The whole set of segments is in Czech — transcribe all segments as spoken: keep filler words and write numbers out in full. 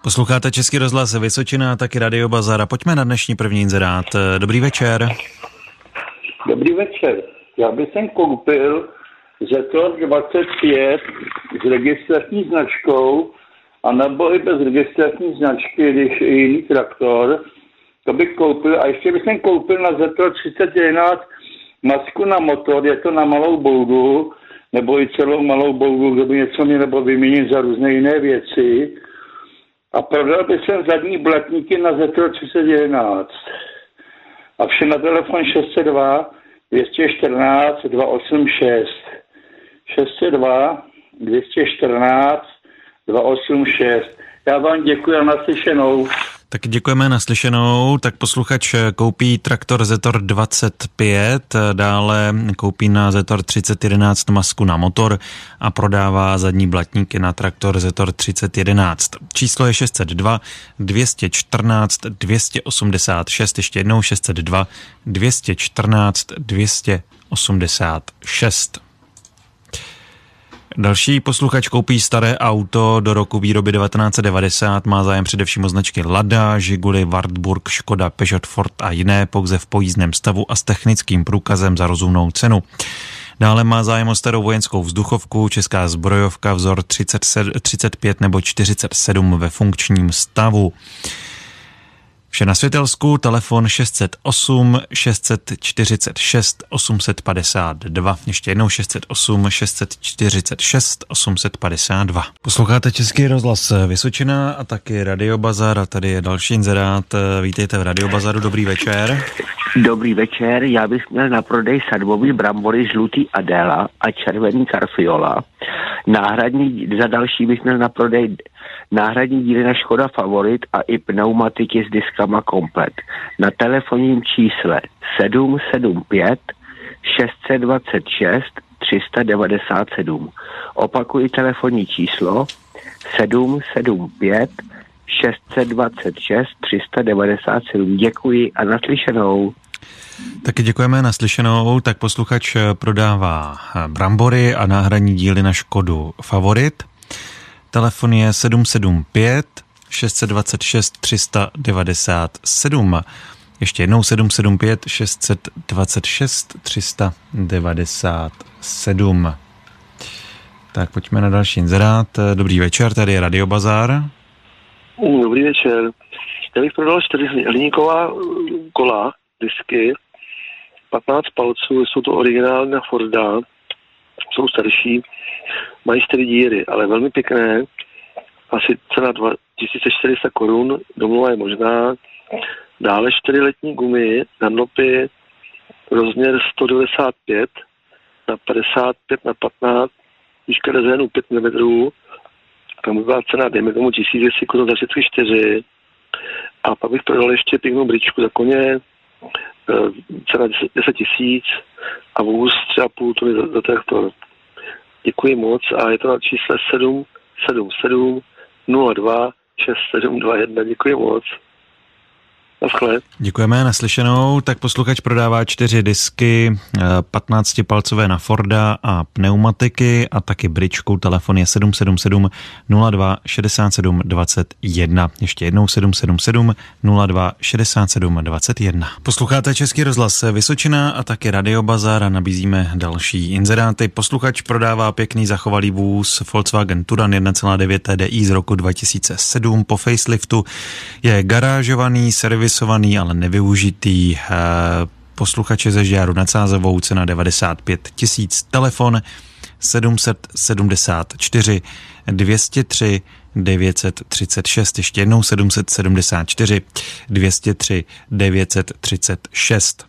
Posloucháte Český rozhlas Vysočina a taky Radio Bazar. A pojďme na dnešní první inzerát. Dobrý večer. Dobrý večer. Já bych sem koupil Zetor dvacet pět s registrační značkou, anebo i bez registrační značky, když je jiný traktor. To bych koupil. A ještě bych sem koupil na Zetor třicet jedenáct masku na motor, je to na malou boudu, nebo i celou malou boudu, kdo by něco měl nebo vyměnit za různé jiné věci. A prodal bych sem zadní blatníky na Zetor třicet jedenáct. A vše na telefon šest set dva dvě stě čtrnáct dva osm šest. šest set dva dvě stě čtrnáct dva osm šest. Já vám děkuji a naslyšenou. Tak děkujeme naslyšenou. Tak posluchač koupí traktor Zetor dvacet pět, dále koupí na Zetor třicet jedenáct masku na motor a prodává zadní blatníky na traktor Zetor třicet jedenáct. Číslo je šest set dva dvě stě čtrnáct dvě stě osmdesát šest, ještě jednou šest set dva dvě stě čtrnáct dvě stě osmdesát šest. Další posluchač koupí staré auto do roku výroby devatenáct set devadesát, má zájem především o značky Lada, Žiguli, Wartburg, Škoda, Peugeot, Ford a jiné, pouze v pojízdném stavu a s technickým průkazem za rozumnou cenu. Dále má zájem o starou vojenskou vzduchovku, česká zbrojovka vzor třicet, třicet pět nebo čtyřicet sedm ve funkčním stavu. Vše na Světelsku, telefon šest set osm šest set čtyřicet šest osm set padesát dva. Ještě jednou šest set osm šest set čtyřicet šest osm set padesát dva. Posloucháte Český rozhlas Vysočina a taky Radio Bazar a tady je další inzerát. Vítejte v Radio Bazaru, dobrý večer. Dobrý večer, já bych měl na prodej sadbový brambory žlutý Adéla a červený Carfiola. Náhradní, za další bych měl na prodej náhradní díly na Škoda Favorit a i pneumatiky s diskama komplet. Na telefonním čísle sedm sedm pět šest dva šest tři devět sedm. Opakuji telefonní číslo sedm sedm pět šest dva šest tři devět sedm. Děkuji a naslyšenou. Taky děkujeme naslyšenou. Tak posluchač prodává brambory a náhradní díly na Škodu Favorit. Telefon je sedm sedm pět šest dva šest tři devět sedm. Ještě jednou sedm sedm pět šest dva šest tři devět sedm. Tak pojďme na další inzerát. Dobrý večer, tady je Radio Bazar. Dobrý večer. Já bych prodal čtyři hliníková kola, disky, patnáct palců, jsou to originální na Forda, jsou starší, mají čtyři díry, ale velmi pěkné, asi cena dva tisíce čtyři sta korun, domluva je možná. Dále čtyři letní gumy, Dunlopy, rozměr sto devadesát pět na padesát pět na patnáct, výška dezénu pět milimetrů, tam by byla cena, dejme tomu tisíc dvě stě korun za všechny čtyři. A pak bych prodal ještě pěknou bričku za koně, cena deset tisíc a vůz tři a půl tuny za, za traktor. Děkuji moc a je to na čísle sedm sedm sedm nula dva šest sedm dva jedna. Děkuji moc. Naschle. Děkujeme, naslyšenou. Tak posluchač prodává čtyři disky, patnáctipalcové na Forda a pneumatiky a taky bričku. Telefon je sedm sedm sedm nula dva šedesát sedm dvacet jedna. Ještě jednou sedm sedm sedm nula dva šedesát sedm dvacet jedna. Posloucháte Český rozhlas Vysočina a taky Radio Bazar a nabízíme další inzeráty. Posluchač prodává pěkný zachovalý vůz Volkswagen Touran jedna celá devět T D I z roku dva tisíce sedm po faceliftu. Je garážovaný, servis ale nevyužitý. Posluchače ze Žďáru nad Sázavou, cena devadesát pět tisíc. Telefon sedm sedm čtyři dvě nula tři devět tři šest. Ještě jednou sedm sedm čtyři dvě nula tři devět tři šest.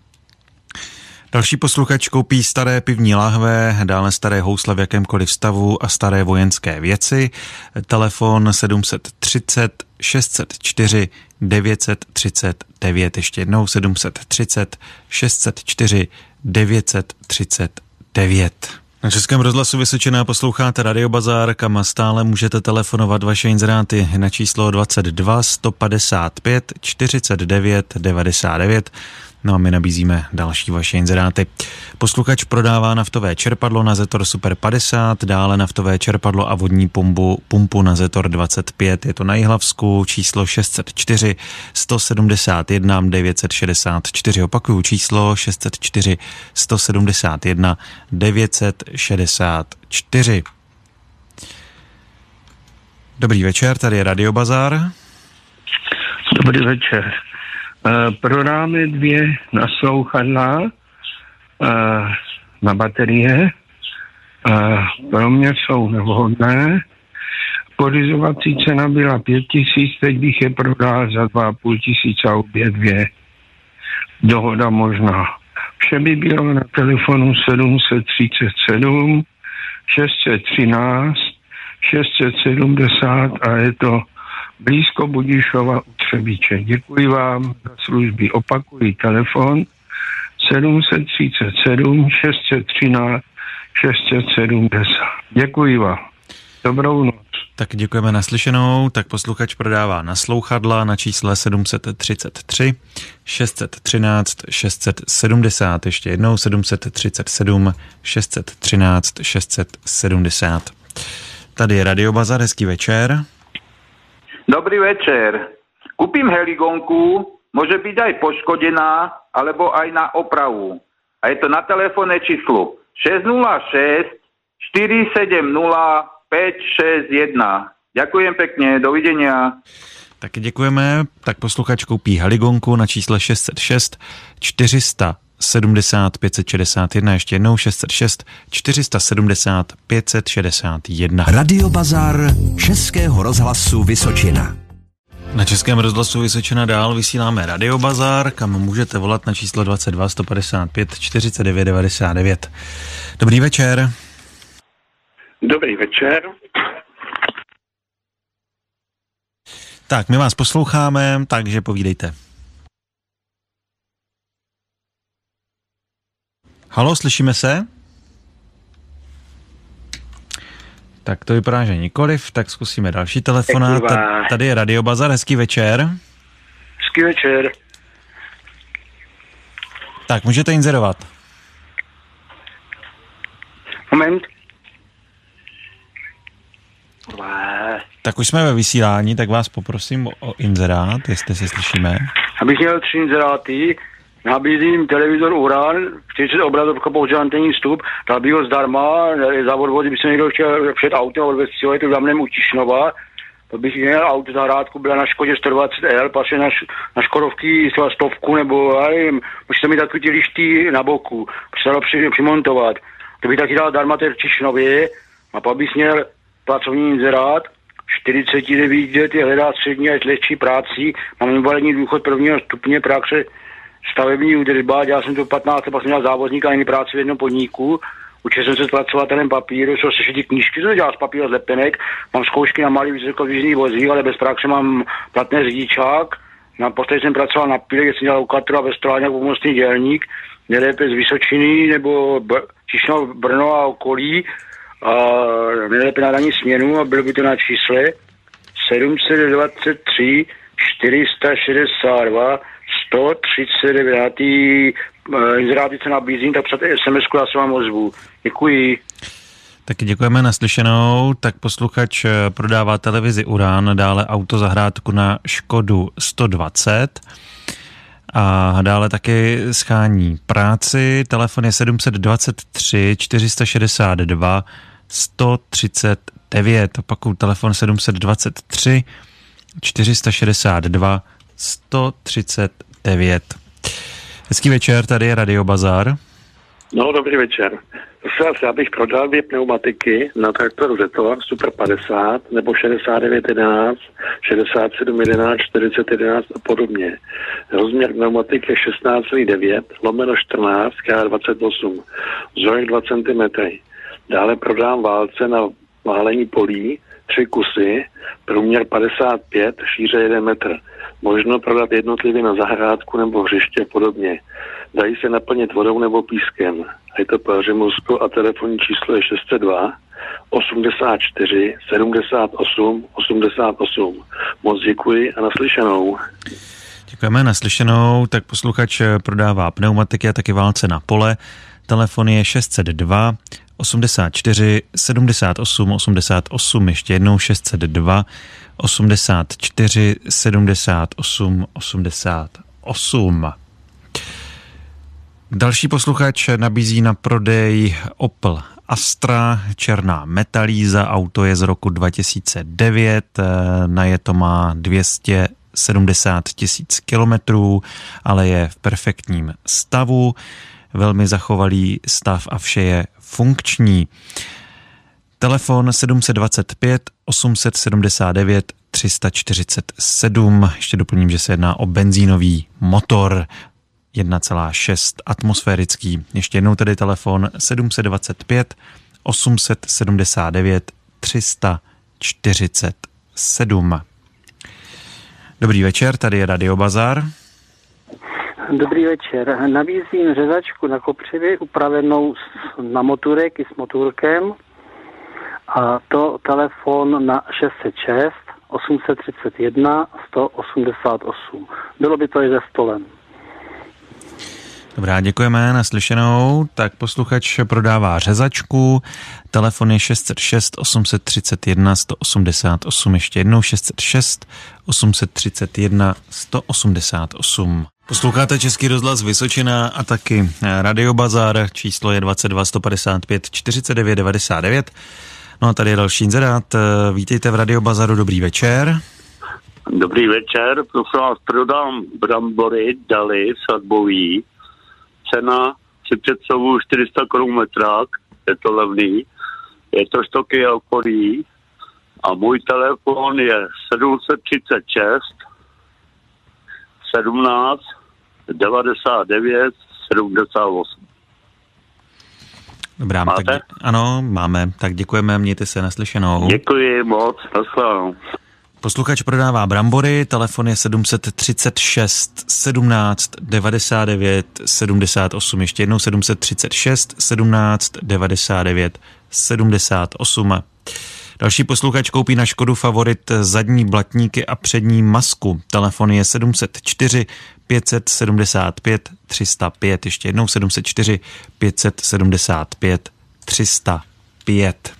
Další posluchač koupí staré pivní láhve, dále staré housle v jakémkoliv stavu a staré vojenské věci. Telefon sedm třicet šest set čtyři devět třicet devět. Ještě jednou sedm třicet šest set čtyři devět třicet devět. Na Českém rozhlasu Vysočina posloucháte Radio Bazar, kam stále můžete telefonovat vaše inzeráty na číslo dvacet dva sto padesát pět čtyřicet devět devadesát devět No a my nabízíme další vaše inzeráty. Posluchač prodává naftové čerpadlo na Zetor Super padesát, dále naftové čerpadlo a vodní pumpu, pumpu na Zetor dvacet pět. Je to na Jihlavsku, číslo šest set čtyři sto sedmdesát jedna devět set šedesát čtyři. Opakuju číslo šest set čtyři sto sedmdesát jedna devět set šedesát čtyři. Dobrý večer, tady je Radio Bazar. Dobrý večer. Uh, prodáme dvě naslouchadla uh, na baterie. Uh, pro mě jsou nevhodné. Pořizovací cena byla pět tisíc, teď bych je prodal za dva a půl tisíce a obě dvě. Dohoda možná. Vše by bylo na telefonu sedm set třicet sedm šest set třináct šest set sedmdesát a je to blízko Budišova u Třebíče. Děkuji vám za služby. Opakuji telefon sedm set třicet sedm šest set třináct šest set sedmdesát. Děkuji vám. Dobrou noc. Tak děkujeme naslyšenou. Tak posluchač prodává naslouchadla na čísle sedm set třicet tři šest set třináct šest set sedmdesát. Ještě jednou sedm set třicet sedm šest set třináct šest set sedmdesát. Tady je Radio Bazar, hezký večer. Dobrý večer. Kúpim heligonku, môže byť aj poškodená, alebo aj na opravu. A je to na telefónne číslo šesť nula šesť štyri sedem nula päť šesť jeden. Ďakujem pekne, dovidenia. Taky děkujeme. Tak posluchač koupí heligonku na čísle šest set šest čtyři sedmdesát pět set šedesát jedna. Ještě jednou šest set šest čtyři sedmdesát pět set šedesát jedna. Radio Bazar Českého rozhlasu Vysočina. Na Českém rozhlasu Vysočina dál vysíláme Radio Bazar, kam můžete volat na číslo dvacet dva sto padesát pět čtyřicet devět devadesát devět. Dobrý večer. Dobrý večer. Tak, my vás posloucháme, takže povídejte. Haló, slyšíme se? Tak to vypadá, že nikoliv, tak zkusíme další telefonát. Tady je Radio Bazar, hezký večer. Hezký večer. Tak, můžete inzerovat. Moment. Tak už jsme ve vysílání, tak vás poprosím o inzerát, jestli se slyšíme. Abych měl tři inzeráty, nabízím televizor Uran, čtyřicet obrazovka pouze antenní vstup, dal bych ho zdarma, za odvod, kdyby se někdo chtěl před autem odvést si je to za mnem u Tišnova, to bych měl auto zahrádku, byla na Škodě sto dvacet L, paše na, na Škodovky třeba stovku, nebo já nevím, můžete mít takový ty lišty na boku, můžete to při, přimontovat, to bych taky dal zdarma té v Tišnově, a pak bych měl pracovní inzerát, čtyřicet devět let je hledá střední a lehčí práci, mám invalidní důchod prvního stupně, praxe stavební údržba, dělal jsem to patnáct, pak jsem dělal závozníka a jiný práci v jednom podniku, učil jsem se zpracovatelem papíru, jsou se všechny knížky, jsem dělal z papíru z lepenek, mám zkoušky na malý vysokovížný vozík, ale bez praxe mám platný řidičák, na posledně jsem pracoval na píle, kde jsem dělal u Katra ve Strálně jako pomocný dělník, nejlépe z Vysočiny nebo Br- Tišnov, Brno a okolí, a nejlépe na ranní směnu a bylo by to na čísle sedm set dvacet tři čtyři šedesát dva sto třicet devět. Inzeráty se nabízím, tak před es em esku já se vám ozvu. Děkuji. Taky děkujeme naslyšenou. Tak posluchač prodává televizi Uran, dále autozahrádku na Škodu sto dvacet a dále taky schání práci. Telefon je sedm set dvacet tři čtyři šedesát dva sto třicet devět. Opakuju telefon sedm set dvacet tři čtyři šedesát dva sto třicet devět. Hezký večer, tady je Radio Bazar. No, dobrý večer. Prosím, já bych prodal dvě pneumatiky na traktor Zetor Super padesát nebo šedesát devět jedenáct, šedesát sedm jedenáct, čtyřicet jedenáct a podobně. Rozměr pneumatik je šestnáct celá devět lomeno čtrnáct krát dvacet osm, vzorek dva centimetry. Dále prodám válce na válení polí, tři kusy, průměr padesát pět, šíře jeden metr. Možno prodat jednotlivě na zahrádku nebo hřiště a podobně. Dají se naplnit vodou nebo pískem. Je to Pelřimovsko a telefonní číslo je šest set dva osmdesát čtyři sedmdesát osm osmdesát osm. Moc děkuji a naslyšenou. Děkujeme, naslyšenou. Tak posluchač prodává pneumatiky a taky válce na pole. Telefon je šest set dva osmdesát čtyři sedmdesát osm osmdesát osm, ještě jednou šest set dva osmdesát čtyři sedmdesát osm osmdesát osm. Další posluchač nabízí na prodej Opel Astra, černá metalíza, auto je z roku dva tisíce devět, najeto má dvě stě sedmdesát tisíc kilometrů, ale je v perfektním stavu, velmi zachovalý stav a vše je funkční. Telefon sedm dva pět osm sedm devět tři čtyřicet sedm, ještě doplním, že se jedná o benzínový motor, jedna celá šest atmosférický. Ještě jednou tedy telefon sedm dva pět osm sedm devět tři čtyřicet sedm. Dobrý večer, tady je Radio Bazar. Dobrý večer. Nabízím řezačku na kopřivy upravenou na motorek i s motorkem. A to telefon na šest set šest osm tři jedna sto osmdesát osm. Bylo by to i ze stolem. Dobrá, děkujeme, naslyšenou. Tak posluchač prodává řezačku, telefon je šest set šest osm tři jedna sto osmdesát osm, ještě jednou šest set šest osm tři jedna sto osmdesát osm. Posloucháte Český rozhlas Vysočina a taky Radio Bazar, číslo je dvacet dva sto padesát pět čtyřicet devět devadesát devět. No a tady je další inzerát. Vítejte v Radio Bazaru, dobrý večer. Dobrý večer, prosím vás, prodám brambory, dali, sadbový, cena si představuji čtyři sta korun metrák, je to levný, je to štoky a okolí a můj telefon je sedm set třicet šest sedmnáct devadesát devět sedmdesát osm. Dobrá, tak dě- ano, máme, tak děkujeme, mějte se, naslyšenou. Děkuji moc, naschledanou. Posluchač prodává brambory, telefon je sedm set třicet šest sedmnáct devadesát devět sedmdesát osm, ještě jednou sedm set třicet šest sedmnáct devadesát devět sedmdesát osm. Další posluchač koupí na Škodu Favorit zadní blatníky a přední masku. Telefon je sedm set čtyři pět set sedmdesát pět tři sta pět, ještě jednou sedm set čtyři pět set sedmdesát pět tři sta pět.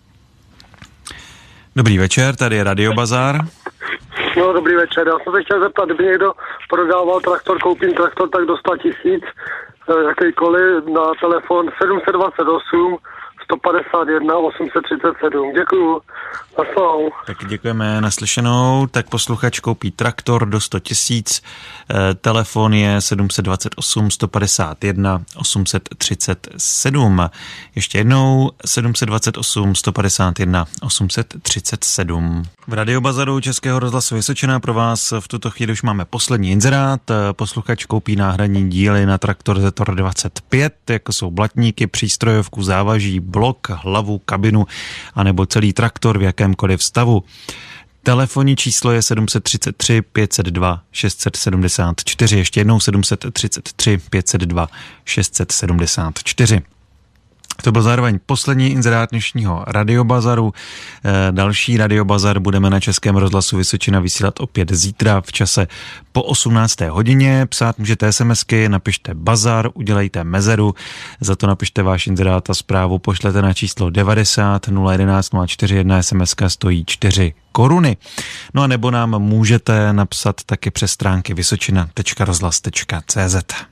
Dobrý večer, tady je Radio Bazar. No, dobrý večer, já jsem se chtěl zeptat, kdyby někdo prodával traktor, koupím traktor, tak do sto tisíc, jakýkoliv, na telefon sedm set dvacet osm sto padesát jedna osm set třicet sedm. Děkuju. Naslou. Tak děkujeme, naslyšenou. Tak posluchač koupí traktor do sto tisíc, telefon je sedm set dvacet osm sto padesát jedna osm set třicet sedm. Ještě jednou sedm set dvacet osm sto padesát jedna osm set třicet sedm. V Radiobazaru Českého rozhlasu Vysočina pro vás v tuto chvíli už máme poslední inzerát. Posluchač koupí náhradní díly na traktor Zetor dvacet pět, jako jsou blatníky, přístrojovku, závaží, blok, hlavu, kabinu anebo celý traktor v jakémkoliv stavu. Telefonní číslo je sedm set třicet tři pět set dva šest set sedmdesát čtyři, ještě jednou sedm set třicet tři pět set dva šest set sedmdesát čtyři. To byl zároveň poslední inzerát dnešního Radiobazaru. Další Radiobazar budeme na Českém rozhlasu Vysočina vysílat opět zítra v čase po osmnácté hodině. Psát můžete SMSky, napište bazar, udělejte mezeru, za to napište váš inzerát a zprávu pošlete na číslo devadesát nula jedenáct nula čtyři jedna, SMSka stojí čtyři koruny. No a nebo nám můžete napsat taky přes stránky vysočina tečka rozhlas tečka cé zet.